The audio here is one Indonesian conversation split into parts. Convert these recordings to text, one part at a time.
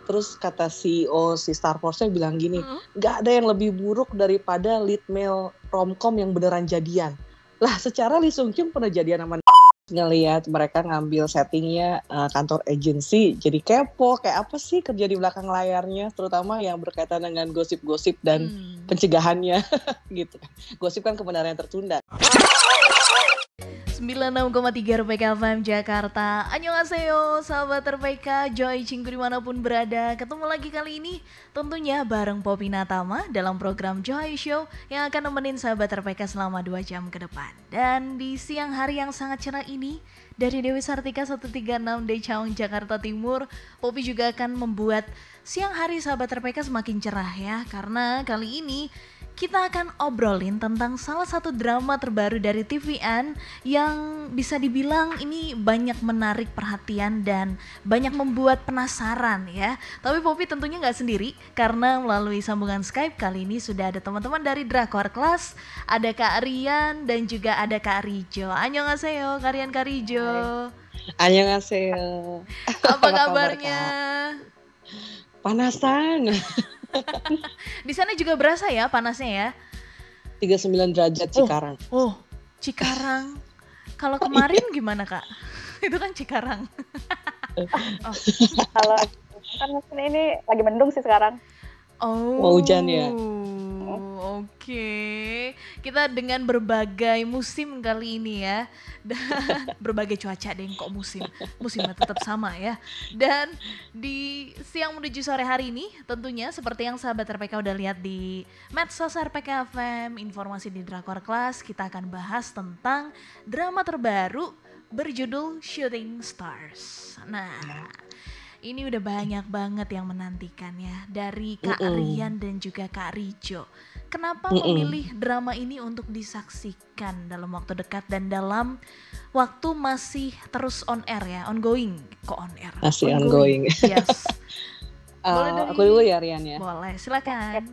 Terus kata CEO si Star Force-nya bilang gini, nggak ada yang lebih buruk daripada lead male romcom yang beneran jadian. Lah secara Lee Sung Kyung pernah jadian sama ngelihat mereka ngambil settingnya kantor agency, jadi kepo kayak apa sih kerja di belakang layarnya, terutama yang berkaitan dengan gosip-gosip dan pencegahannya gitu. Gosip kan kebenaran yang tertunda. 96,3 RPK FM Jakarta. Annyeonghaseyo sahabat RPK, Joy Cinggu dimanapun berada. Ketemu lagi kali ini tentunya bareng Poppy Natama dalam program Joy Show yang akan nemenin sahabat RPK selama 2 jam ke depan. Dan di siang hari yang sangat cerah ini, dari Dewi Sartika 136 Daechaung Jakarta Timur, Poppy juga akan membuat siang hari sahabat RPK semakin cerah ya. Karena kali ini kita akan obrolin tentang salah satu drama terbaru dari TVN yang bisa dibilang ini banyak menarik perhatian dan banyak membuat penasaran ya. Tapi Poppy tentunya nggak sendiri karena melalui sambungan Skype kali ini sudah ada teman-teman dari Drakor Class, ada Kak Rian dan juga ada Kak Rijo. Annyeonghaseyo Kak Rian, Kak Rijo. Annyeonghaseyo. Apa kabarnya? Panasan. Di sana juga berasa ya panasnya ya? 39 derajat Cikarang. Oh, Cikarang. Kalau kemarin gimana Kak? Itu kan Cikarang. Kalau kan mungkin ini lagi mendung sih sekarang. Mau hujan ya? Oke. Kita dengan berbagai musim kali ini ya. Dan berbagai cuaca deh kok musimnya tetap sama ya. Dan di siang menuju sore hari ini tentunya seperti yang sahabat RPK udah lihat di medsos RPK FM, informasi di Drakor Class, kita akan bahas tentang drama terbaru berjudul Shooting Stars. Nah, ini udah banyak banget yang menantikan ya dari Kak Rian dan juga Kak Rijo. Kenapa memilih drama ini untuk disaksikan dalam waktu dekat dan dalam waktu masih terus on air ya, ongoing, kok on air? Masih ongoing. Yes. Aku dulu ya Rian ya. Boleh, silakan.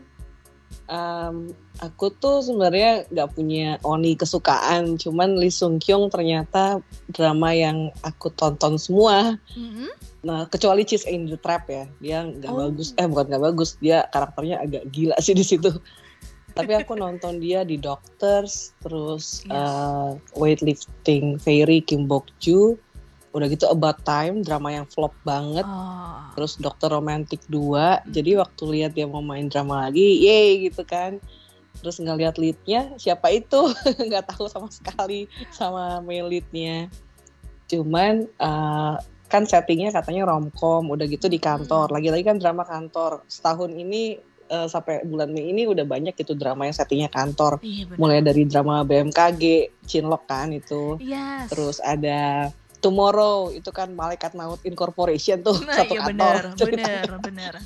Aku tuh sebenarnya nggak punya oni kesukaan, cuman Lee Sung Kyung ternyata drama yang aku tonton semua. Nah, kecuali Cheese in the Trap ya, dia nggak bagus, bukan nggak bagus, dia karakternya agak gila sih di situ. Tapi aku nonton dia di Doctors, terus Weightlifting Fairy Kim Bok Joo, udah gitu About Time, drama yang flop banget, terus Dokter Romantic 2, jadi waktu lihat dia mau main drama lagi, yeay gitu kan. Terus ngeliat leadnya, siapa itu? Nggak tahu sama sekali sama male leadnya. Cuman kan settingnya katanya romcom, udah gitu di kantor, lagi-lagi kan drama kantor. Setahun ini sampai bulan Mei ini udah banyak gitu drama yang settingnya kantor. Mulai dari drama BMKG, Chinlock kan itu. Yes. Terus ada Tomorrow, itu kan Malaikat Maut Incorporation tuh, satu kantor. Bener.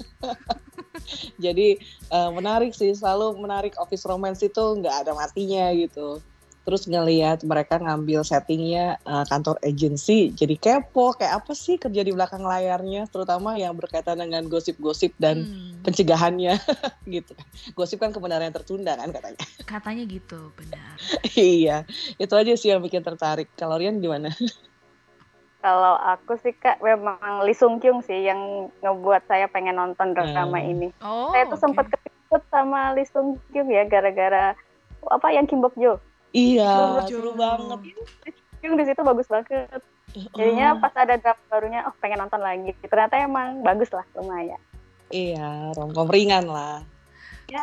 Jadi menarik sih, selalu menarik office romance itu nggak ada matinya gitu. Terus ngelihat mereka ngambil settingnya kantor agency, jadi kepo kayak apa sih kerja di belakang layarnya, terutama yang berkaitan dengan gosip-gosip dan pencegahannya gitu. Gosip kan kebenaran yang tertunda kan katanya. Katanya gitu, benar. Iya, itu aja sih yang bikin tertarik. Kalau Rian gimana? Kalau aku sih Kak, memang Lee Sung Kyung sih yang ngebuat saya pengen nonton drama ini. Saya tuh sempat ketikut sama Lee Sung Kyung ya, gara-gara yang Kim Bok Joo. Iya, seru banget. Yang di situ bagus banget. Jadinya pas ada drama barunya, pengen nonton lagi. Ternyata emang bagus lah, lumayan. Iya, romcom ringan lah. Ya.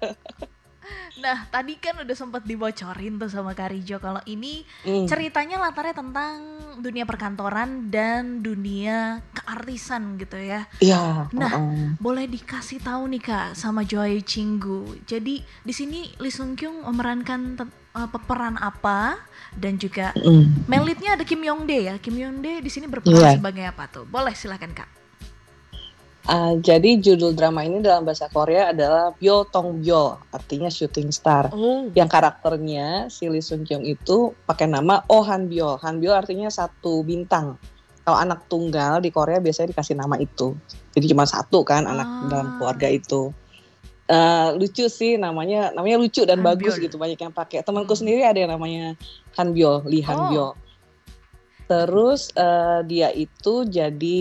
Nah, tadi kan udah sempat dibocorin tuh sama Kak Rijo kalau ini ceritanya latarnya tentang dunia perkantoran dan dunia keartisan gitu ya. Iya. Nah, boleh dikasih tahu nih Kak sama Joy Cinggu. Jadi di sini Lee Sung Kyung memerankan peran apa dan juga male lead-nya ada Kim Yong Dae ya. Kim Yong Dae di sini berperan sebagai apa tuh? Boleh silakan Kak. Jadi judul drama ini dalam bahasa Korea adalah Byo Tong Byo, artinya shooting star. Yang karakternya si Lee Sung Kyung itu pakai nama Oh Han Byo. Han Byo artinya satu bintang. Kalau anak tunggal di Korea biasanya dikasih nama itu. Jadi cuma satu kan anak dalam keluarga itu. Lucu sih namanya lucu dan Han bagus Byo. gitu, banyak yang pakai. Temanku sendiri ada yang namanya Han Byo, Lee Han Byo. Terus dia itu jadi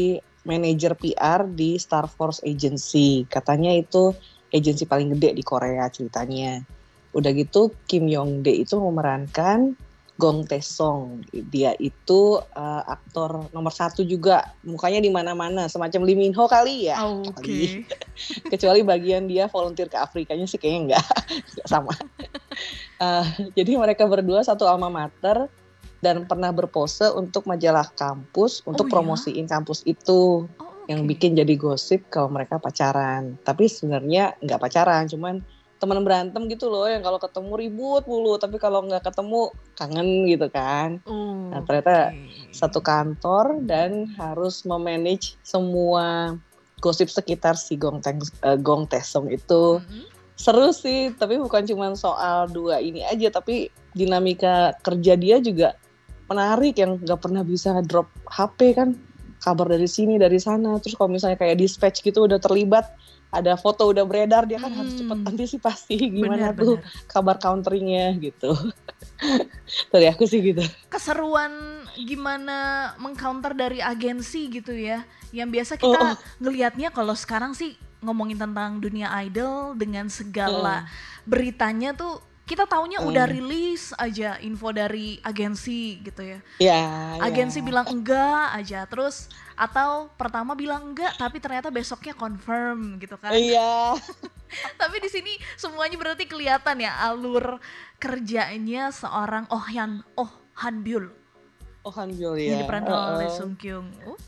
manajer PR di Star Force Agency. Katanya itu agensi paling gede di Korea ceritanya. Udah gitu Kim Yong-dae itu memerankan Gong Tae-sung. Dia itu aktor nomor 1 juga, mukanya di mana-mana, semacam Lee Min Ho kali ya. Oke. Kecuali bagian dia volunteer ke Afrikanya sih kayaknya enggak sama. Jadi mereka berdua satu alma mater dan pernah berpose untuk majalah kampus untuk promosiin kampus itu. Yang bikin jadi gosip kalau mereka pacaran. Tapi sebenarnya nggak pacaran, cuman teman berantem gitu loh, yang kalau ketemu ribut mulu, tapi kalau nggak ketemu kangen gitu kan. Nah ternyata satu kantor dan harus memanage semua gosip sekitar si Gong Tae-sung itu. Seru sih, tapi bukan cuma soal dua ini aja, tapi dinamika kerja dia juga menarik, yang nggak pernah bisa drop HP kan, kabar dari sini dari sana. Terus kalau misalnya kayak dispatch gitu udah terlibat, ada foto udah beredar, dia kan harus cepat antisipasi gimana bener. Kabar counteringnya gitu. Dari aku sih gitu. Keseruan gimana mengcounter dari agensi gitu ya, yang biasa kita ngelihatnya kalau sekarang sih ngomongin tentang dunia idol dengan segala beritanya tuh, kita taunya udah rilis aja info dari agensi gitu ya. Agensi bilang enggak aja, terus atau pertama bilang enggak tapi ternyata besoknya confirm gitu kan. Tapi di sini semuanya berarti kelihatan ya alur kerjanya seorang Han-byul. Han-byul ya. Yang diperankan oleh Sung Kyung.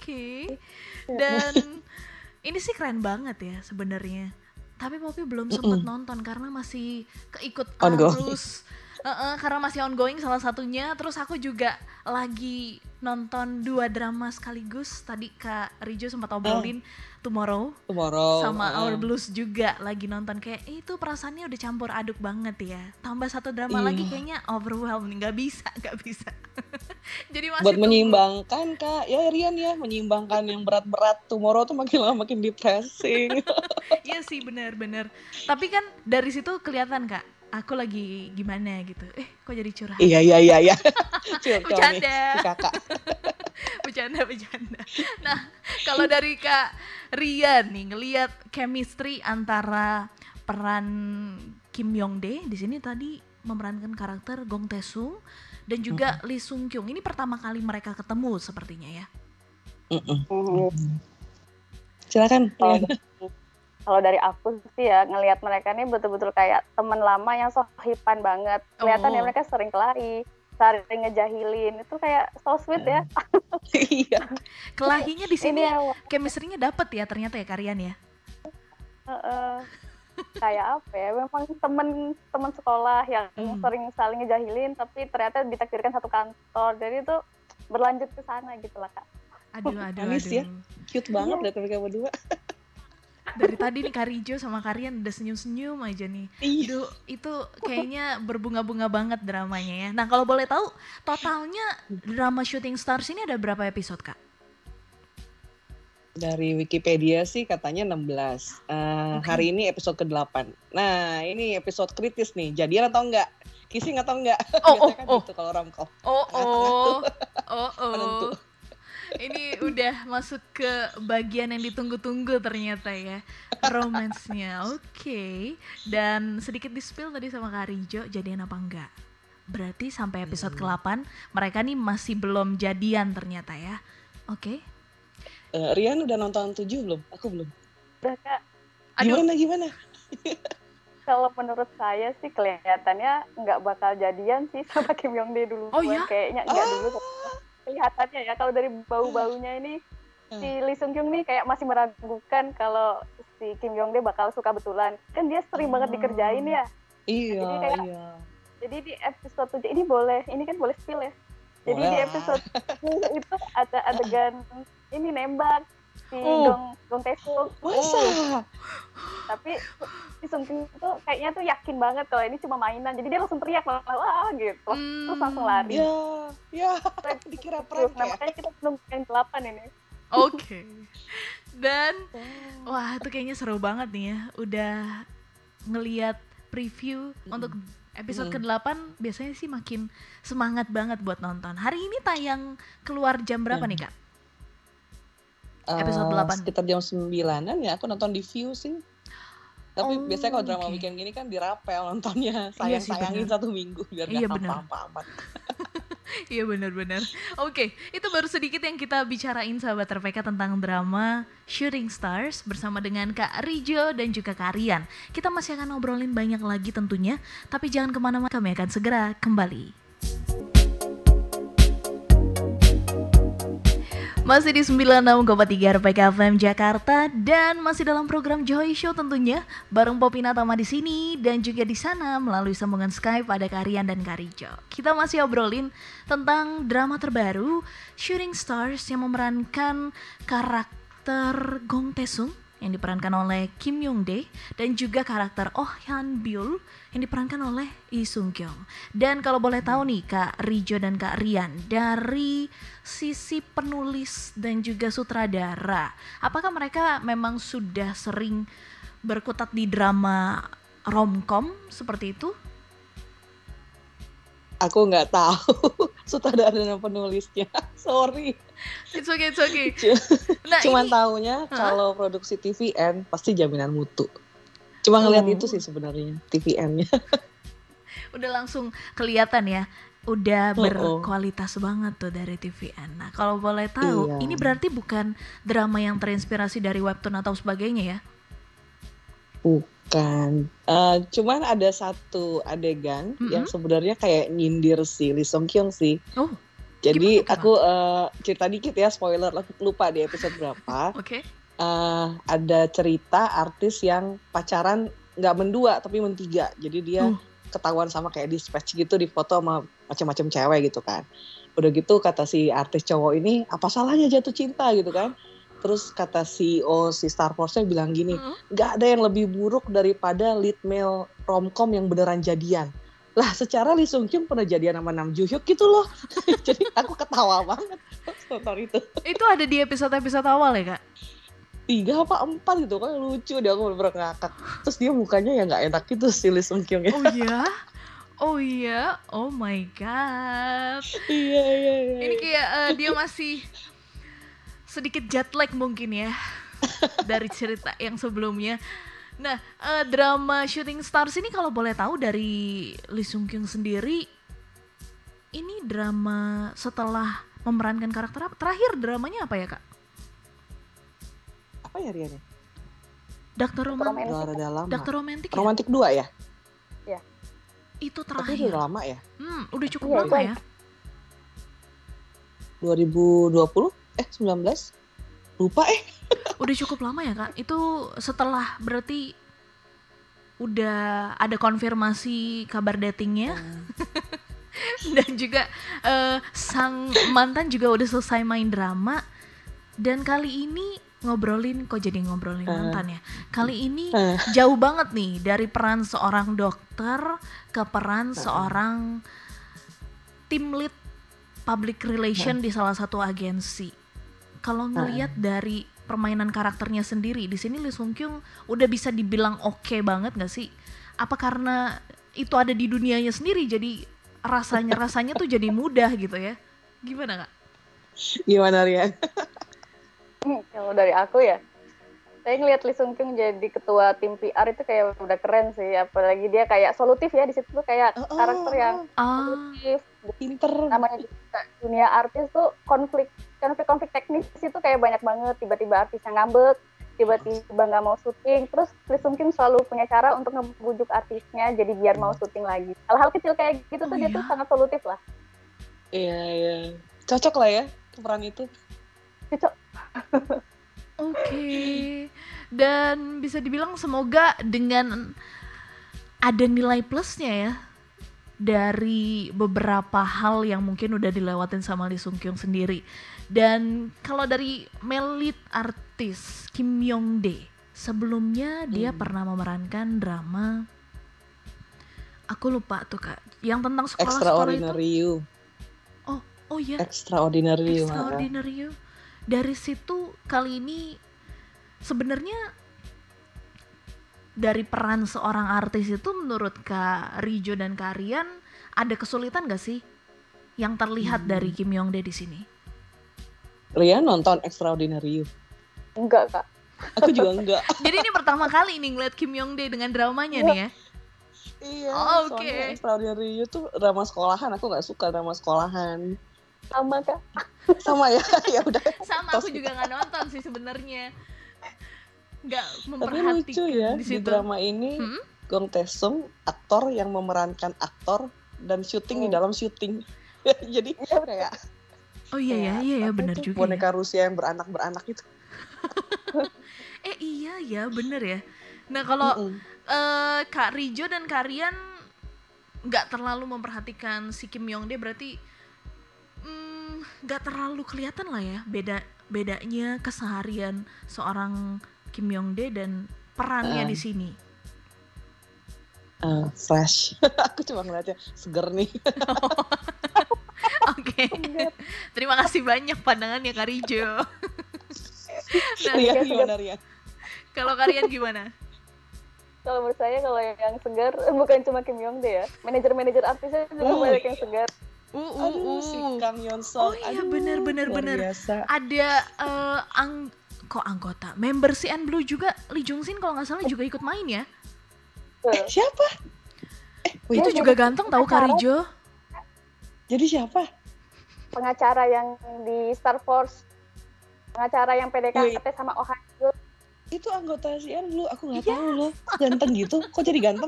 Dan ini sih keren banget ya sebenarnya. Tapi Poppy belum sempat nonton karena masih keikut arus. Karena masih ongoing salah satunya. Terus aku juga lagi nonton 2 drama sekaligus. Tadi Kak Rijo sempat obrolin Tomorrow sama Our Blues juga lagi nonton. Kayak itu perasaannya udah campur aduk banget ya. Tambah 1 drama lagi kayaknya overwhelming. Gak bisa. Jadi masih buat menyeimbangkan Kak, ya Rian ya, menyeimbangkan yang berat-berat. Tomorrow tuh makin lama makin depressing. Iya sih, benar-benar. Tapi kan dari situ kelihatan Kak, aku lagi gimana gitu. Kok jadi curhat? Iya. Bercanda. Kakak. Bercanda. Nah, kalau dari Kak Rian nih ngelihat chemistry antara peran Kim Yong-dae di sini tadi memerankan karakter Gong Tae-sung dan juga Lee Sung Kyung. Ini pertama kali mereka ketemu sepertinya ya. Silakan. Kalau dari aku sih ya, ngelihat mereka ini betul-betul kayak teman lama yang sohiban banget. Kelihatan ya mereka sering kelahi, sering ngejahilin. Itu kayak so sweet ya. Iya. Kelahinya di sini chemistry-nya dapet ya ternyata ya Karian ya. Kayak apa ya, memang teman sekolah yang sering saling ngejahilin tapi ternyata ditakdirkan satu kantor, jadi itu berlanjut ke sana gitu lah Kak. Aduh. Ya, cute banget deh mereka berdua. Dari tadi nih Kak Rijo sama Karian udah senyum-senyum aja nih. Aduh, itu kayaknya berbunga-bunga banget dramanya ya. Nah kalau boleh tahu totalnya drama Shooting Stars ini ada berapa episode Kak? Dari Wikipedia sih katanya 16. Hari ini episode ke-8. Nah, ini episode kritis nih. Jadian atau enggak? Kissing atau enggak? Biasanya kan gitu kalau romcom. Penentu. Ini udah masuk ke bagian yang ditunggu-tunggu ternyata ya. Romance-nya. Oke. Dan sedikit di-spill tadi sama Kak Rijo, jadian apa enggak? Berarti sampai episode ke-8 mereka nih masih belum jadian ternyata ya. Oke. Rian udah nonton 7 belum? Aku belum. Udah Kak. Gimana? Kalau menurut saya sih kelihatannya nggak bakal jadian sih sama Kim Yong-dae dulu. Kayaknya nggak dulu. Kelihatannya ya, kalau dari bau-baunya ini si Lee Sung Kyung nih kayak masih meragukan kalau si Kim Yong-dae bakal suka betulan. Kan dia sering banget dikerjain ya. Iya. Jadi di episode 7 ini kan boleh spill ya. Jadi di episode itu ada adegan ini nembak si Gong Tae-sung. Tapi si Sung Kyung itu kayaknya tuh yakin banget kalau ini cuma mainan. Jadi dia langsung teriak wah gitu. Terus langsung lari. Ya. Dikira prank ya. Makanya kita nunggu yang 8 ini. Oke. Dan wah itu kayaknya seru banget nih ya. Udah ngelihat preview untuk episode ke-8 biasanya sih makin semangat banget buat nonton. Hari ini tayang keluar jam berapa nih Kak? Episode 8. Sekitar jam 9-an ya aku nonton di View sih. Tapi biasanya kalau drama weekend gini kan dirapel nontonnya. Sayang-sayangin 1 minggu biar gak apa-apa amat. Iya benar-benar. Oke, itu baru sedikit yang kita bicarain sahabat RPK tentang drama Shooting Stars bersama dengan Kak Rijo dan juga Kak Rian. Kita masih akan ngobrolin banyak lagi tentunya, tapi jangan kemana-mana, kami akan segera kembali. Masih di 96,3 RPK FM Jakarta dan masih dalam program Joy Show tentunya bareng Poppy Natama di sini dan juga di sana melalui sambungan Skype ada Karian dan Karijo. Kita masih obrolin tentang drama terbaru Shooting Stars yang memerankan karakter Gong Tae-sung yang diperankan oleh Kim Young-dae dan juga karakter Oh Han-byul yang diperankan oleh Lee Sung-kyung. Dan kalau boleh tahu nih Kak Rijo dan Kak Rian, dari sisi penulis dan juga sutradara, apakah mereka memang sudah sering berkutat di drama romcom seperti itu? Aku nggak tahu sutradara dan penulisnya, sorry. It's okay. Nah, cuman taunya kalau produksi TVN pasti jaminan mutu. Cuma ngeliat itu sih sebenarnya TVN-nya. Udah langsung kelihatan ya, udah berkualitas banget tuh dari TVN. Nah kalau boleh tahu, ini berarti bukan drama yang terinspirasi dari webtoon atau sebagainya ya? Bukan, cuman ada satu adegan yang sebenarnya kayak nyindir si Lee Sung Kyung sih. Jadi aku cerita dikit ya, spoiler, aku lupa di episode berapa. Oke. Ada cerita artis yang pacaran nggak mendua tapi mentiga. Jadi dia ketahuan sama kayak dispatch gitu, di foto sama macam-macam cewek gitu kan. Udah gitu kata si artis cowok ini, apa salahnya jatuh cinta gitu kan. Terus kata CEO si Star Force-nya bilang gini, gak ada yang lebih buruk daripada lead male romcom yang beneran jadian. Lah secara Lee Sung Kyung pernah jadian sama Nam Joo Hyuk gitu loh. Jadi aku ketawa banget nonton itu. Itu ada di episode-episode awal ya Kak? 3 apa 4 gitu, kan lucu deh, aku bener-bener ngakak. Terus dia mukanya ya gak enak gitu si Lee Sung Kyung ya. Oh iya, oh my god. Iya. Ini kayak dia masih sedikit jet lag mungkin ya dari cerita yang sebelumnya. Nah, drama Shooting Stars ini kalau boleh tahu dari Lee Sung Kyung sendiri, ini drama setelah memerankan karakter apa? Terakhir dramanya apa ya Kak? Apa ya Rian? Dokter Romantik. Dokter Romantik ya? Romantik 2 ya? Iya. Itu terakhir. Tapi udah lama ya? Udah cukup lama ya? 2020? 19? Lupa Udah cukup lama ya Kak? Itu setelah berarti udah ada konfirmasi kabar datingnya dan juga sang mantan juga udah selesai main drama. Dan kali ini ngobrolin mantan ya. Kali ini jauh banget nih dari peran seorang dokter ke peran seorang team lead public relation di salah satu agensi. Kalau ngelihat dari permainan karakternya sendiri, di sini Lee Sung Kyung udah bisa dibilang oke banget nggak sih? Apa karena itu ada di dunianya sendiri, jadi rasanya tuh jadi mudah gitu ya? Gimana Kak? Gimana Rian? Kalau dari aku ya, saya ngelihat Lee Sung Kyung jadi ketua tim PR itu kayak udah keren sih. Apalagi dia kayak solutif ya, di situ tuh kayak karakter yang solutif, pinter. Namanya juga dunia artis tuh konflik teknis itu kayak banyak banget. Tiba-tiba artisnya ngambek, tiba-tiba nggak mau syuting, terus Lee Sung Kyung selalu punya cara untuk ngebujuk artisnya jadi biar mau syuting lagi. Hal-hal kecil kayak gitu tuh dia tuh sangat solutif lah. Iya. Cocok lah ya peran itu. Cocok. Oke. Dan bisa dibilang semoga dengan ada nilai plusnya ya dari beberapa hal yang mungkin udah dilewatin sama Lee Sung Kyung sendiri. Dan kalau dari male lead artis Kim Young-dae, sebelumnya dia pernah memerankan drama, aku lupa tuh Kak, yang tentang sekolah-sekolah itu. Extraordinary You. Oh iya. Extraordinary You. Dari situ kali ini sebenarnya dari peran seorang artis itu menurut Kak Rijo dan Kak Rian ada kesulitan gak sih yang terlihat dari Kim Young-dae di sini? Rian nonton Extraordinary You? Enggak, Kak. Aku juga enggak. Jadi ini pertama kali nih ngeliat Kim Yong Dae dengan dramanya nih ya? Iya, soalnya Extraordinary You tuh drama sekolahan, aku nggak suka drama sekolahan. Sama, Kak. Sama ya, ya udah. Sama, aku juga nggak nonton sih sebenarnya. Nggak memperhatikan. Tapi lucu ya, di drama ini Gong Tae-sung aktor yang memerankan aktor dan syuting di dalam syuting. Jadi kayak oh iya benar juga. Boneka Rusia yang beranak itu. Iya ya, bener ya. Nah kalau Kak Rijo dan Kak Rian nggak terlalu memperhatikan si Kim Yong Dae, berarti nggak terlalu kelihatan lah ya bedanya keseharian seorang Kim Yong Dae dan perannya di sini. Fresh. Aku cuma ngeliatnya seger nih. Oke. Terima kasih banyak pandangannya Kak Rijo. Rian gimana Rian? Kalau Kak Rian gimana? Kalau menurut saya kalau yang segar bukan cuma Kim Yong Dae ya, manajer-manajer artisnya juga banyak yang segar. Si Kang Yeon Sung. Oh iya benar. Ada kok anggota member CN Blue juga, Lee Jung Sin kalau nggak salah juga ikut main ya. Siapa? Itu juga ganteng tahu Kak Rijo. Jadi siapa? Pengacara yang di Star Force. Pengacara yang PDKT sama Oh Ha Jul. Itu anggota CN Blue, aku nggak tahu loh. Ganteng gitu, kok jadi ganteng?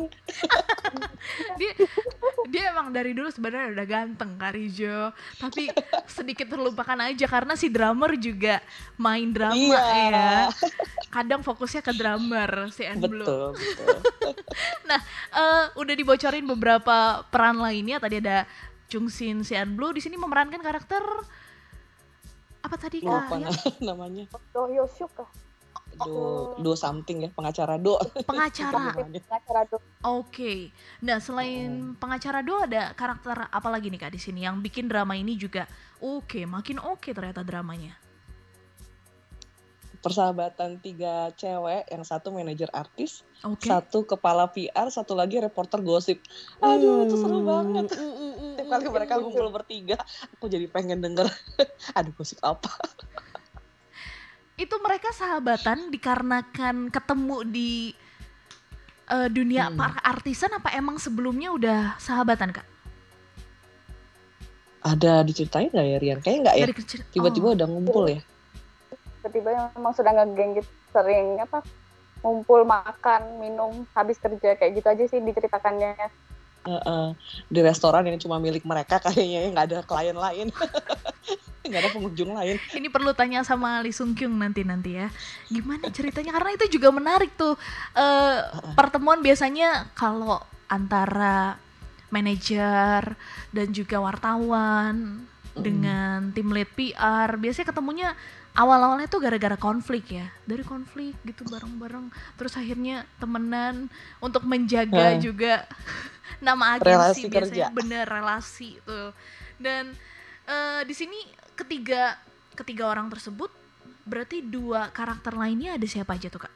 dia emang dari dulu sebenarnya udah ganteng Kak Rijo, tapi sedikit terlupakan aja karena si drummer juga main drama ya. Kadang fokusnya ke drummer CN Blue. Betul. Nah, udah dibocorin beberapa peran lainnya. Tadi ada Jung Sin CN Blue, di sini memerankan karakter apa tadi Kak? Apa namanya? Do Yosyuk kah? Do something ya, pengacara Do. Pengacara Do. Oke. Nah, selain pengacara Do ada karakter apa lagi nih Kak di sini yang bikin drama ini juga makin oke ternyata dramanya. Persahabatan 3 cewek, yang satu manajer artis, satu kepala PR, satu lagi reporter gosip. Aduh, itu seru banget. Setiap kali mereka ngumpul bertiga, aku jadi pengen denger. Aduh, gosip apa? Itu mereka sahabatan dikarenakan ketemu di dunia artisan, apa emang sebelumnya udah sahabatan Kak? Ada diceritain nggak ya Rian? Kayaknya nggak ya. Tiba-tiba udah ngumpul ya. Tiba-tiba memang sudah ngegeng gitu, sering ngumpul makan minum habis kerja kayak gitu aja sih diceritakannya. Di restoran yang cuma milik mereka kayaknya, nggak ada klien lain. Nggak ada pengunjung lain. Ini perlu tanya sama Lee Sung Kyung nanti ya. Gimana ceritanya? Karena itu juga menarik tuh. Pertemuan biasanya kalau antara manajer dan juga wartawan dengan tim lead PR, biasanya ketemunya awal-awalnya tuh gara-gara konflik ya. Dari konflik gitu bareng-bareng, terus akhirnya temenan untuk menjaga juga nama agensi, biasanya bener relasi tuh. Dan di sini ketiga orang tersebut berarti 2 karakter lainnya ada siapa aja tuh Kak?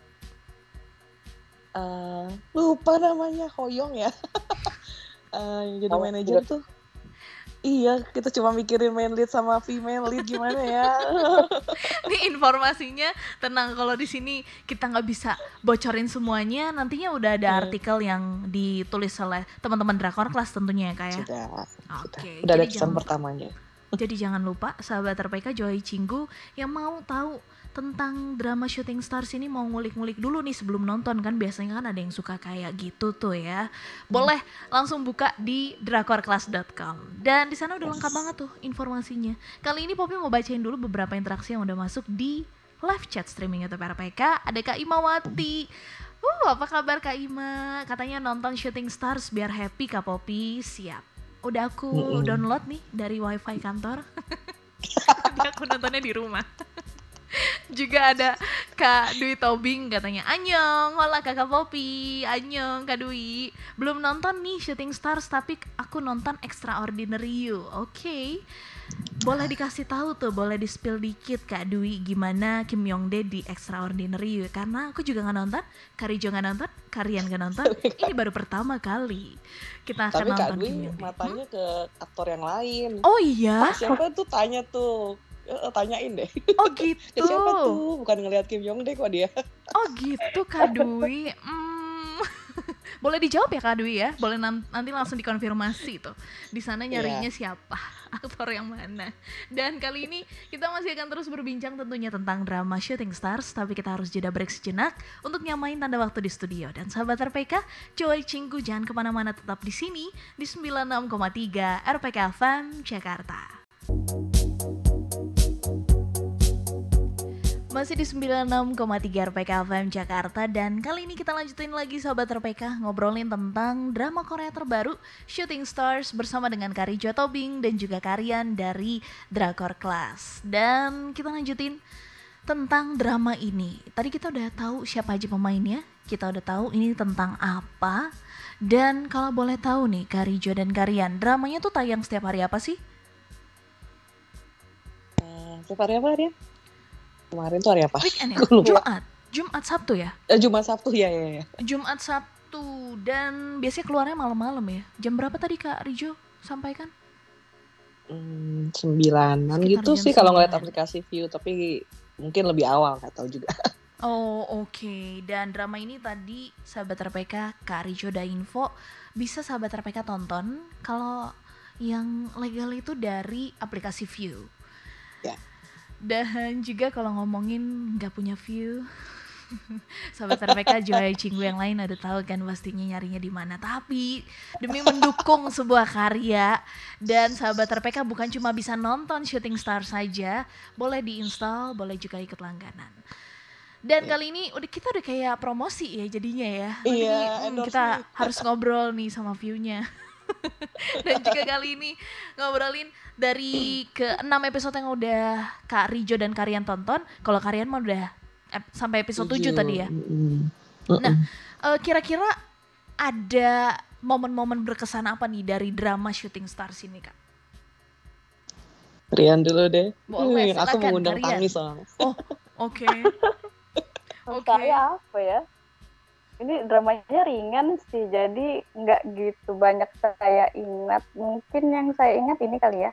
Lupa namanya, Hoyong ya. Yang jadi manajer tuh. Iya, kita cuma mikirin main lead sama female lead gimana ya. Ini informasinya tenang, kalau di sini kita nggak bisa bocorin semuanya. Nantinya udah ada artikel yang ditulis oleh teman-teman Drakor Class tentunya ya Kak ya. Udah ada pesan pertamanya. Jadi jangan lupa sahabat RPK Joy Cinggu yang mau tahu tentang drama Shooting Stars ini, mau ngulik-ngulik dulu nih sebelum nonton, kan biasanya kan ada yang suka kayak gitu tuh ya. Boleh langsung buka di drakorclass.com dan di sana udah lengkap banget tuh informasinya. Kali ini Poppy mau bacain dulu beberapa interaksi yang udah masuk di live chat streaming YouTube RPK. Ada Kak Imawati. Apa kabar Kak Ima? Katanya nonton Shooting Stars biar happy Kak Poppy. Siap. Udah aku download nih dari wifi kantor. Jadi aku nontonnya di rumah. Juga ada Kak Dwi Tobing, katanya Anyong, hola Kakak Poppy, Anyong Kak Dwi. Belum nonton nih Shooting Stars tapi aku nonton Extraordinary You. Oke. Boleh dikasih tahu tuh, boleh di-spill dikit Kak Dwi gimana Kim Yong Dae di Extraordinary You, karena aku juga nggak nonton, Kak Rijo nggak nonton, Kak Rian nggak nonton. Ini baru pertama kali kita akan nonton Kim Yong Dae. Matanya ke aktor yang lain. Oh iya. Siapa tuh tanya tuh tanyain deh. Oh gitu. Ya, siapa tuh? Bukan ngelihat Kim Yong Dae kok dia. Oh gitu Kak Dwi. Boleh dijawab ya Kak Dwi ya? Boleh nanti langsung dikonfirmasi tuh. Di sana nyarinya siapa? Aktor yang mana? Dan kali ini kita masih akan terus berbincang tentunya tentang drama Shooting Stars, tapi kita harus jeda break sejenak untuk nyamain tanda waktu di studio. Dan sahabat RPK, Joy Cinggu jangan kemana-mana, tetap di sini di 96,3 RPK FM Jakarta. Masih di 96,3 RPK FM Jakarta, dan kali ini kita lanjutin lagi sahabat RPK ngobrolin tentang drama Korea terbaru Shooting Stars bersama dengan Kak Rijo Tobing dan juga Karian dari Drakor Class. Dan kita lanjutin tentang drama ini. Tadi kita udah tahu siapa aja pemainnya, kita udah tahu ini tentang apa. Dan kalau boleh tahu nih Kak Rijo dan Karian, dramanya tuh tayang setiap hari apa sih? Setiap hari apa dia? Kemarin tuh hari apa? Weekend ya? Jumat Sabtu ya? Jumat Sabtu ya. Jumat Sabtu, dan biasanya keluarnya malam-malam ya. Jam berapa tadi Kak Rijo sampaikan? 9-an gitu sih kalau ngeliat aplikasi View, tapi mungkin lebih awal, nggak tahu juga. Oh oke. Dan drama ini tadi sahabat RPK Kak Rijo udah info, bisa sahabat RPK tonton kalau yang legal itu dari aplikasi View. Ya. Dan juga kalau ngomongin nggak punya View, sahabat RPK Joy Cinggu yang lain udah tahu kan pastinya nyarinya di mana. Tapi demi mendukung sebuah karya, dan sahabat RPK bukan cuma bisa nonton Shooting Star saja, boleh diinstal, boleh juga ikut langganan. Dan kali ini kita udah kayak promosi ya jadinya ya. Iya. Kita harus ngobrol nih sama View-nya. Dan juga kali ini ngobrolin dari ke-6 episode yang udah Kak Rijo dan Karian tonton. Kalau Karian mah udah sampai episode 7 tadi ya. Nah, kira-kira ada momen-momen berkesan apa nih dari drama Shooting Stars ini Kak? Rian dulu deh. Boleh, aku mengundang Karian. tangis soalnya. Oh, oke. Saya apa ya? Ini dramanya ringan sih, jadi nggak gitu banyak saya ingat. Mungkin yang saya ingat ini kali ya.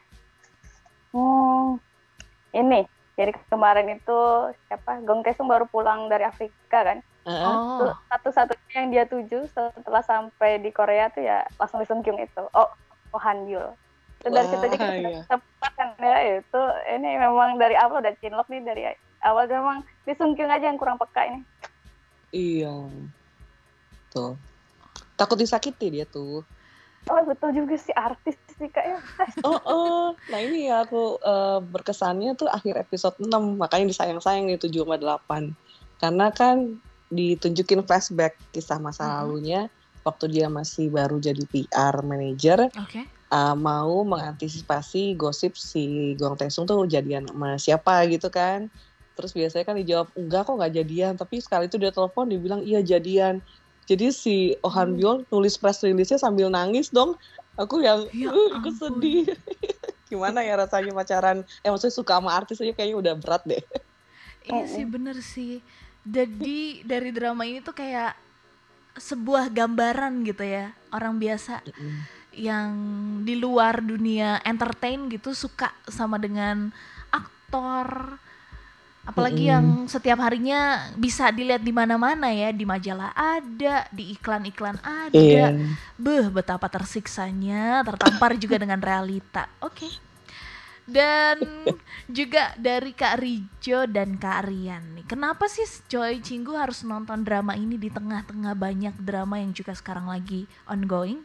Ini, jadi kemarin itu siapa? Gong Tae-sung baru pulang dari Afrika kan. Satu-satunya yang dia tuju setelah sampai di Korea tuh ya langsung Lee Sung Kyung itu. Oh Han Yul. Itu dari situ aja kita sempat kan ya, itu ini memang dari awal udah cinlok nih, dari awal memang Lee Sung Kyung aja yang kurang peka ini. Iya. Tuh. Takut disakiti dia tuh. Oh betul juga sih, artis sih Kak ya. Nah ini ya aku berkesannya tuh akhir episode 6, makanya disayang-sayang nih 7/8. Karena kan ditunjukin flashback kisah masa lalunya waktu dia masih baru jadi PR manager. Mau mengantisipasi gosip si Gong Tae-sung tuh jadian sama siapa gitu kan. Terus biasanya kan dijawab enggak kok nggak jadian, tapi sekali itu dia telepon dibilang iya jadian. Jadi si Oh Han Byul nulis press release-nya sambil nangis dong. Aku yang ikut sedih. Gimana ya rasanya pacaran, maksudnya suka sama artis aja kayaknya udah berat deh. Iya sih, bener sih. Jadi dari drama ini tuh kayak sebuah gambaran gitu ya. Orang biasa yang di luar dunia entertain gitu suka sama dengan aktor, apalagi yang setiap harinya bisa dilihat di mana-mana ya, di majalah ada, di iklan-iklan ada. Betapa tersiksanya, tertampar juga dengan realita. Dan juga dari Kak Rijo dan Kak Rian nih, kenapa sih Joy Cinggu harus nonton drama ini di tengah-tengah banyak drama yang juga sekarang lagi ongoing?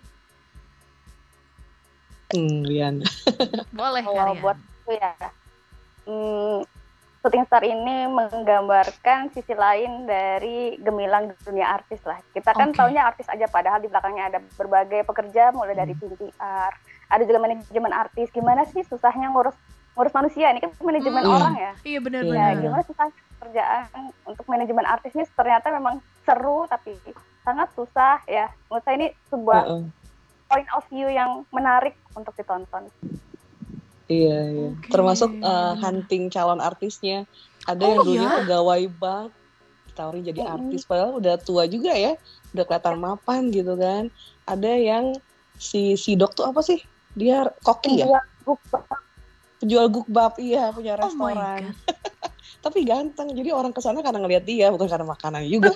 Rian. Boleh Karian. Buat itu ya, Shooting Star ini menggambarkan sisi lain dari gemilang dunia artis lah. Kita kan taunya artis aja, padahal di belakangnya ada berbagai pekerja, mulai dari tim PR, ada juga manajemen artis. Gimana sih susahnya ngurus manusia, ini kan manajemen orang ya. Iya benar-benar. Gimana susahnya pekerjaan untuk manajemen artis ini, ternyata memang seru tapi sangat susah ya. Menurut saya ini sebuah point of view yang menarik untuk ditonton. Iya. Termasuk hunting calon artisnya. Ada yang dulunya pegawai bank, ditawarin jadi artis, padahal udah tua juga ya, udah kelihatan mapan gitu kan. Ada yang si Dok tuh apa sih? Dia koki ya? penjual gukbap, iya, punya Oh my restoran. God. Tapi ganteng, jadi orang kesana karena ngeliat dia, bukan karena makanan juga.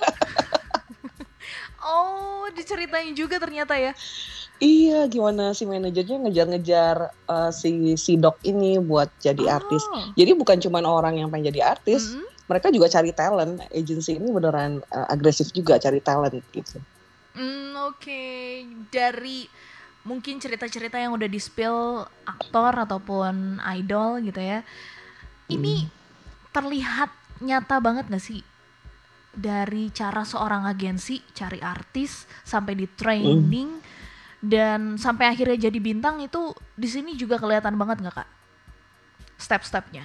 Oh, diceritain juga ternyata ya. Iya, gimana si manajernya ngejar-ngejar si Dok ini buat jadi artis. Jadi bukan cuma orang yang pengen jadi artis, mereka juga cari talent. Agency ini beneran agresif juga cari talent gitu. Oke. Dari mungkin cerita-cerita yang udah di-spill aktor ataupun idol gitu ya. Ini terlihat nyata banget gak sih? Dari cara seorang agensi cari artis sampai di training dan sampai akhirnya jadi bintang, itu di sini juga kelihatan banget nggak Kak? Step-stepnya.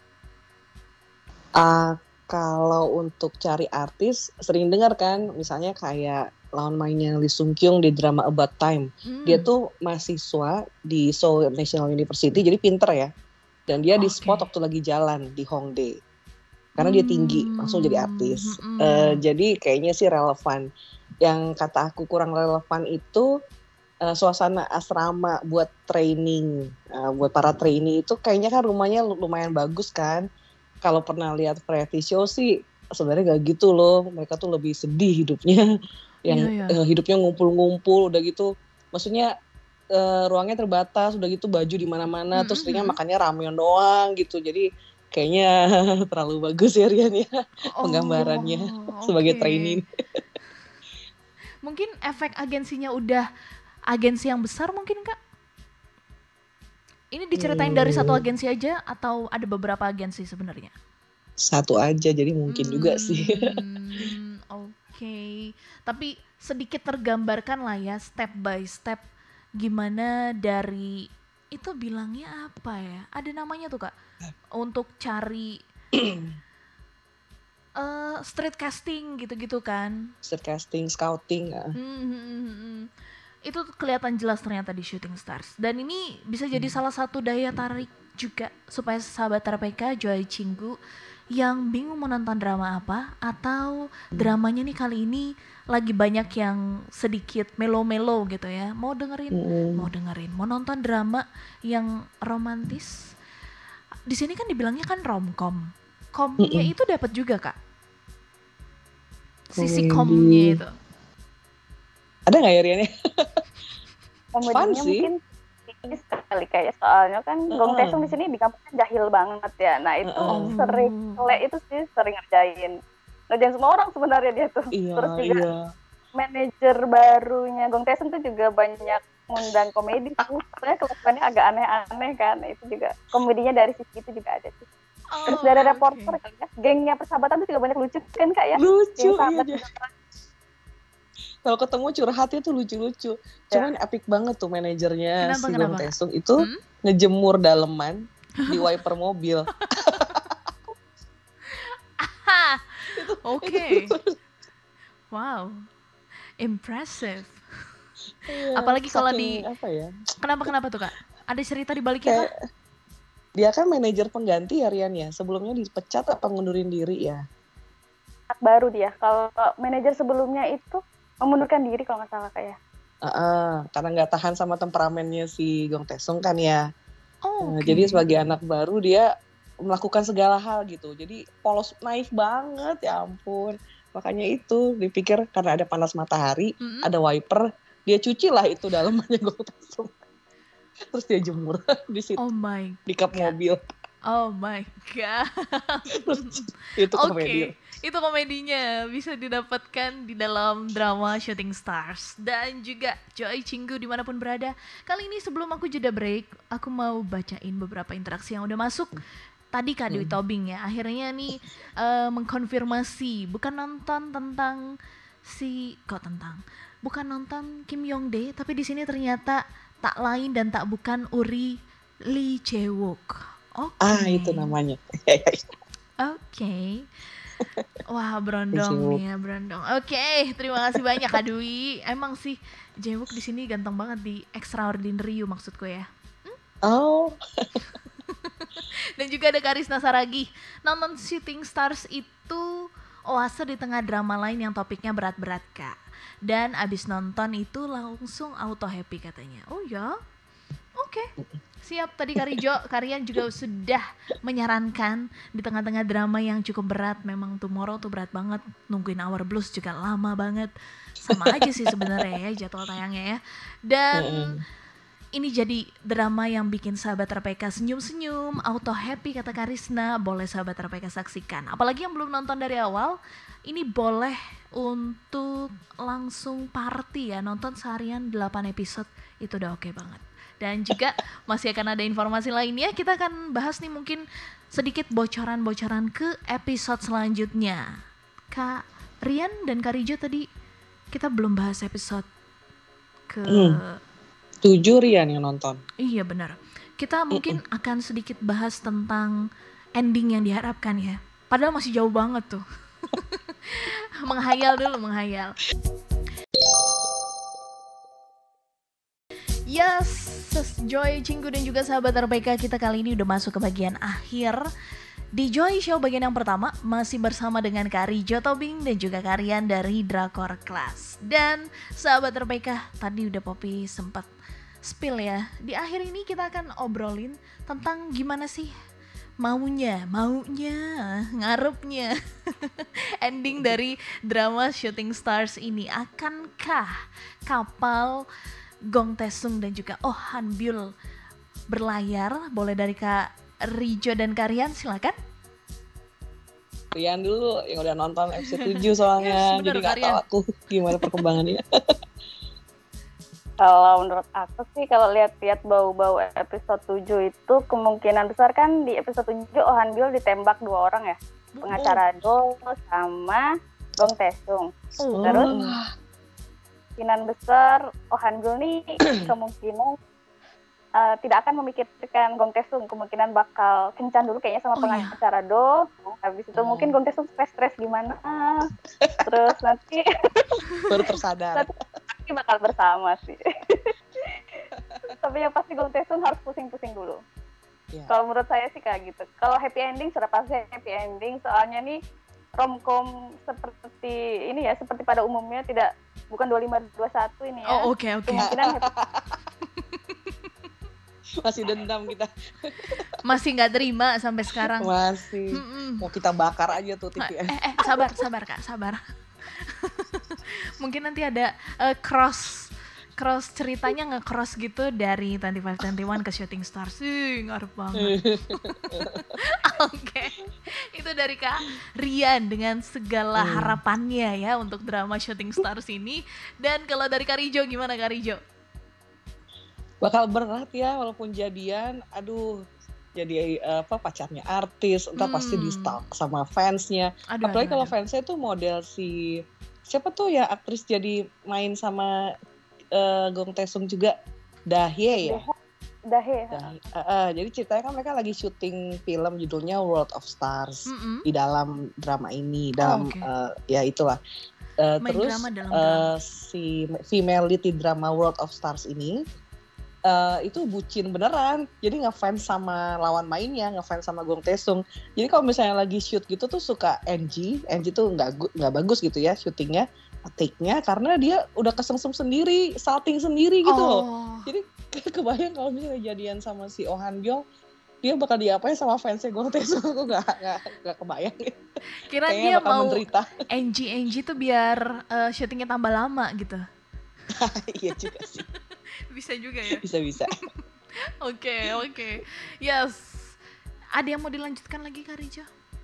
Kalau untuk cari artis sering dengar kan, misalnya kayak lawan mainnya Lee Sung Kyung di drama About Time. Dia tuh mahasiswa di Seoul National University, jadi pinter ya. Dan dia di spot waktu lagi jalan di Hongdae. Karena dia tinggi, langsung jadi artis. Jadi kayaknya sih relevan. Yang kata aku kurang relevan itu suasana asrama buat training, buat para trainee itu kayaknya kan rumahnya lumayan bagus kan. Kalau pernah lihat variety show sih sebenarnya gak gitu loh. Mereka tuh lebih sedih hidupnya, yang hidupnya ngumpul-ngumpul udah gitu. Maksudnya ruangnya terbatas, udah gitu baju di mana-mana, terus seringnya makannya ramen doang gitu. Jadi kayaknya terlalu bagus ya Rian ya penggambarannya sebagai trainee. Mungkin efek agensinya udah agensi yang besar mungkin Kak? Ini diceritain dari satu agensi aja atau ada beberapa agensi sebenarnya? Satu aja, jadi mungkin juga sih. Oke. Tapi sedikit tergambarkan lah ya step by step gimana dari itu bilangnya apa ya? Ada namanya tuh Kak untuk cari street casting gitu-gitu kan? Street casting, scouting. Itu kelihatan jelas ternyata di Shooting Stars. Dan ini bisa jadi salah satu daya tarik juga supaya sahabat RPK Joy Cinggu yang bingung mau nonton drama apa, atau dramanya nih kali ini lagi banyak yang sedikit melo-melo gitu ya, mau mau nonton drama yang romantis. Di sini kan dibilangnya kan romcom. Komnya itu dapat juga Kak? Sisi komnya itu. Ada nggak ya Rian? Komedinya mungkin tipis sekali kayak, soalnya kan Gong Tae-sung di sini di kampusnya jahil banget ya. Nah itu sering ngerjain semua orang sebenarnya dia tuh. Terus juga manajer barunya Gong Tae-sung tuh juga banyak ngundang komedi tuh. Soalnya kelakuannya agak aneh-aneh kan. Nah, itu juga komedinya dari sisi itu juga ada sih. Terus dari reporter kayaknya gengnya Persahabatan tuh juga banyak lucu kan Kak ya. Lucu iya. Kalau ketemu curhatnya tuh lucu-lucu. Cuman epic banget tuh manajernya si Gong Tae-sung itu ngejemur daleman di wiper mobil. Oke. Wow. Impressive. Apalagi kalau di Kenapa tuh Kak? Ada cerita di baliknya Kak? Dia kan manajer pengganti ya Rian ya. Sebelumnya dipecat apa ngundurin diri ya? Baru dia. Kalau manajer sebelumnya itu mengundurkan diri kalau nggak salah kayak. Karena nggak tahan sama temperamennya si Gong Tae-sung kan ya. Jadi sebagai anak baru dia melakukan segala hal gitu. Jadi polos, naif banget ya ampun. Makanya itu dipikir karena ada panas matahari, ada wiper, dia cuci lah itu dalamannya Gong Tae-sung. Terus dia jemur di situ. Di kap mobil. Oh my God. Itu komedi. Itu komedinya bisa didapatkan di dalam drama Shooting Stars. Dan juga Joy Cinggu dimanapun berada. Kali ini sebelum aku jeda break, aku mau bacain beberapa interaksi yang udah masuk. Tadi Kak Dewi Tobing ya, akhirnya nih mengkonfirmasi bukan nonton Kim Yong Dae, tapi di sini ternyata tak lain dan tak bukan Uri Lee Jae-wook. Itu namanya. Oke. Wah, berondong nih ya, berondong. Oke, terima kasih banyak Kak Dwi. Emang sih Jae-wook di sini ganteng banget di Extraordinary You maksudku ya. Dan juga ada Karisna Saragi. Nonton Shooting Stars itu oase di tengah drama lain yang topiknya berat-berat Kak. Dan abis nonton itu langsung auto happy katanya. Oh ya? Oke. Siap, tadi Karian juga sudah menyarankan di tengah-tengah drama yang cukup berat. Memang Tomorrow tuh berat banget, nungguin Our Blues juga lama banget. Sama aja sih sebenarnya ya jadwal tayangnya ya. Dan ini jadi drama yang bikin sahabat RPK senyum-senyum, auto happy kata Karisna. Boleh sahabat RPK saksikan. Apalagi yang belum nonton dari awal, ini boleh untuk langsung party ya, nonton seharian 8 episode itu udah oke banget. Dan juga masih akan ada informasi lainnya, kita akan bahas nih mungkin sedikit bocoran-bocoran ke episode selanjutnya. Kak Rian dan Kak Rijo tadi kita belum bahas episode ke 7 Rian yang nonton. Iya benar. Kita mungkin akan sedikit bahas tentang ending yang diharapkan ya. Padahal masih jauh banget tuh. menghayal. Yes, Joy, Cinggu dan juga sahabat RPK, kita kali ini udah masuk ke bagian akhir di Joy Show bagian yang pertama. Masih bersama dengan Kak Rijo Tobing dan juga Karian dari Drakor Class. Dan sahabat RPK, tadi udah Poppy sempat spill ya. Di akhir ini kita akan obrolin tentang gimana sih maunya, ngarepnya ending dari drama Shooting Stars ini. Akankah kapal Gong Tae-sung dan juga Oh Han-byul berlayar? Boleh dari Kak Rijo dan Karian, silakan. Rian dulu yang udah nonton episode 7 soalnya. Jadi gak tahu aku gimana perkembangannya. Kalau menurut aku sih, kalau lihat-lihat bau-bau episode 7 itu kemungkinan besar kan di episode 7 Oh Han-byul ditembak 2 orang ya. Pengacara Do sama Gong Tae-sung. Terus kemungkinan besar Oh Han-byul nih kemungkinan tidak akan memikirkan Gong Tae-sung, kemungkinan bakal kencan dulu kayaknya sama pengacara Do. Habis itu mungkin Gong Tae-sung stres gimana. Terus nanti baru tersadar. Nanti bakal bersama sih. Tapi yang pasti Gong Tae-sung harus pusing-pusing dulu. Yeah. Kalau menurut saya sih kayak gitu. Kalau happy ending sudah pasti happy ending, soalnya nih romcom seperti ini ya, seperti pada umumnya bukan 2521 ini ya. Oh, oke. Kemungkinan masih dendam kita. Masih nggak terima sampai sekarang. Masih. Mau kita bakar aja tuh TV. Sabar Kak, sabar. Mungkin nanti ada cross ceritanya nge-cross gitu dari 2521 ke Shooting Stars. Ngarep banget. Oke. Itu dari Kak Rian dengan segala harapannya ya untuk drama Shooting Stars ini. Dan kalau dari Kak Rijo, gimana Kak Rijo? Bakal berat ya walaupun jadian. Aduh, jadi pacarnya artis, entar pasti di stalk sama fansnya. Apalagi kalau fansnya tuh model siapa tuh ya aktris jadi main sama Gong Tae-sung juga, Dahye ya. Dahye. Jadi ceritanya kan mereka lagi syuting film judulnya World of Stars di dalam drama ini, ya itulah. Terus si female lead di drama World of Stars ini itu bucin beneran, jadi ngefans sama lawan mainnya, ngefans sama Gong Tae-sung. Jadi kalau misalnya lagi shoot gitu tuh suka NG tuh nggak bagus gitu ya syutingnya, take-nya, karena dia udah kesengsem sendiri, salting sendiri gitu loh. Jadi kebayang kalau misalnya jadian sama si Oh Han-byul, dia bakal diapain sama fansnya Gong Tae-sung. Aku nggak kebayang. Kira dia mau NG tuh biar syutingnya tambah lama gitu. Iya juga sih. Bisa juga ya. Bisa. Oke. Yes. Ada yang mau dilanjutkan lagi Kak Rijo?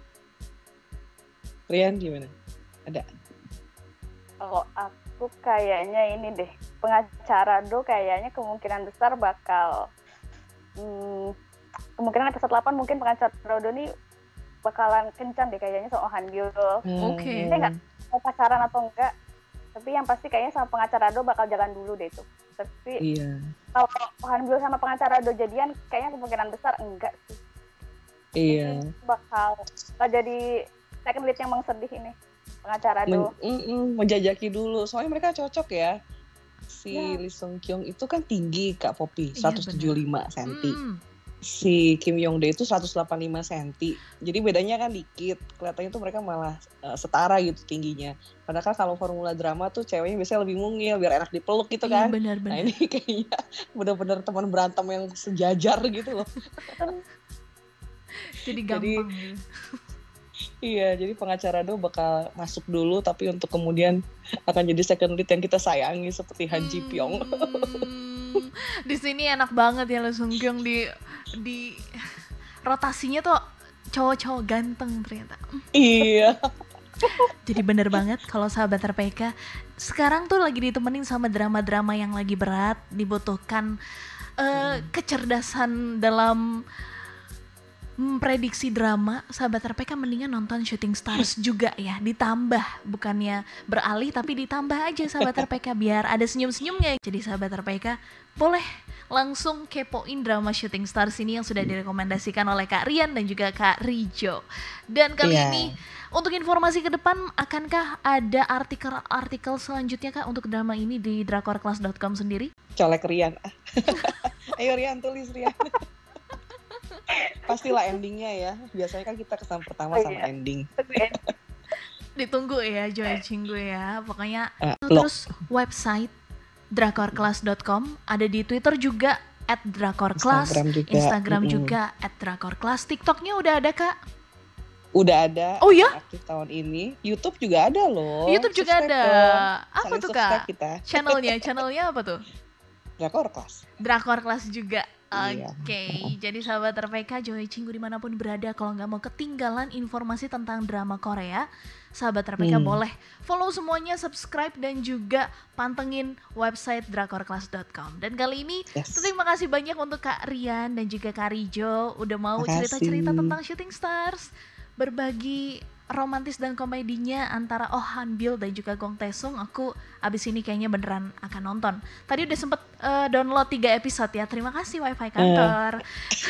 Rian gimana? Ada? Kalau aku kayaknya ini deh, pengacara Do kayaknya kemungkinan besar bakal kemungkinan episode 8 mungkin pengacara Do nih bakalan kencan deh kayaknya sama Oh Han-byul. Oke. Saya nggak mau pacaran atau enggak, tapi yang pasti kayaknya sama pengacara Do bakal jalan dulu deh tuh. Tapi kalau Oh Han-byul sama pengacara Do jadian, kayaknya kemungkinan besar enggak sih. Iya. Jadi bakal jadi second lead yang sedih ini, pengacara Do. Menjajaki dulu, soalnya mereka cocok ya. Si Lee Sung Kyung itu kan tinggi Kak Poppy, 175 cm. si Kim Yong Dae itu 185 cm. Jadi bedanya kan dikit. Kelihatannya tuh mereka malah setara gitu tingginya. Padahal kan kalau formula drama tuh ceweknya biasanya lebih mungil biar enak dipeluk gitu kan. Benar. Nah ini kayaknya benar-benar teman berantem yang sejajar gitu loh. Jadi gampang. Iya, jadi pengacara Do bakal masuk dulu tapi untuk kemudian akan jadi second lead yang kita sayangi seperti Han Ji Pyong. Di sini enak banget ya Lee Sung Kyung di rotasinya tuh cowok-cowok ganteng ternyata. Iya. Jadi bener banget kalau sahabat RPK sekarang tuh lagi ditemenin sama drama-drama yang lagi berat, dibutuhkan kecerdasan dalam prediksi drama. Sahabat RPK mendingan nonton Shooting Stars juga ya, ditambah, bukannya beralih tapi ditambah aja sahabat RPK biar ada senyum-senyumnya. Jadi sahabat RPK boleh langsung kepoin drama Shooting Stars ini yang sudah direkomendasikan oleh Kak Rian dan juga Kak Rijo. Dan kali ini untuk informasi ke depan, akankah ada artikel selanjutnya Kak untuk drama ini di drakorclass.com sendiri? Colek Rian. Ayo Rian, tulis Rian. Pastilah endingnya ya. Biasanya kan kita kesan pertama sama ending. Ditunggu ya Joy Cinggu ya. Pokoknya terus website drakorclass.com, ada di Twitter juga @drakorclass, Instagram juga @drakorclass, TikToknya udah ada Kak? Udah ada. Oh ya? Aktif tahun ini. YouTube juga ada loh. YouTube juga ada. Apa tuh Kak? Kita. Channelnya apa tuh? Drakorclass juga. Oke, jadi sahabat RPK, Joy Cinggu dimanapun berada, kalau nggak mau ketinggalan informasi tentang drama Korea, sahabat RPK boleh follow semuanya, subscribe dan juga pantengin website drakorclass.com. Dan kali ini terima kasih banyak untuk Kak Rian dan juga Kak Rijo udah mau cerita-cerita tentang Shooting Stars, berbagi romantis dan komedinya antara Oh Han Bil dan juga Gong Tae-sung. Aku abis ini kayaknya beneran akan nonton. Tadi udah sempet download 3 episode ya. Terima kasih wifi kantor.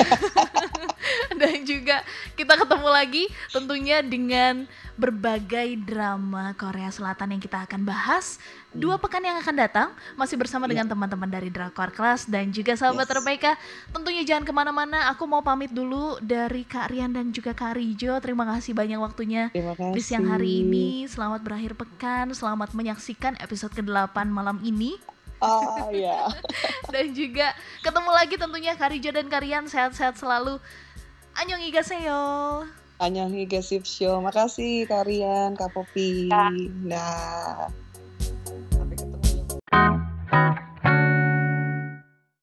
Dan juga kita ketemu lagi tentunya dengan berbagai drama Korea Selatan yang kita akan bahas 2 pekan yang akan datang. Masih bersama dengan teman-teman dari Drakor Class dan juga sahabat RPK. Tentunya jangan kemana-mana. Aku mau pamit dulu dari Kak Rian dan juga Kak Rijo. Terima kasih banyak waktunya di siang hari ini. Selamat berakhir pekan. Selamat menyaksikan episode ke-8 malam ini. Dan juga ketemu lagi tentunya Kak Rijo dan Kak Rian. Sehat-sehat selalu. Annyeonghaseyo. Annyeonghaseyo. Makasih Kak Rian, Kak Popi. Nah.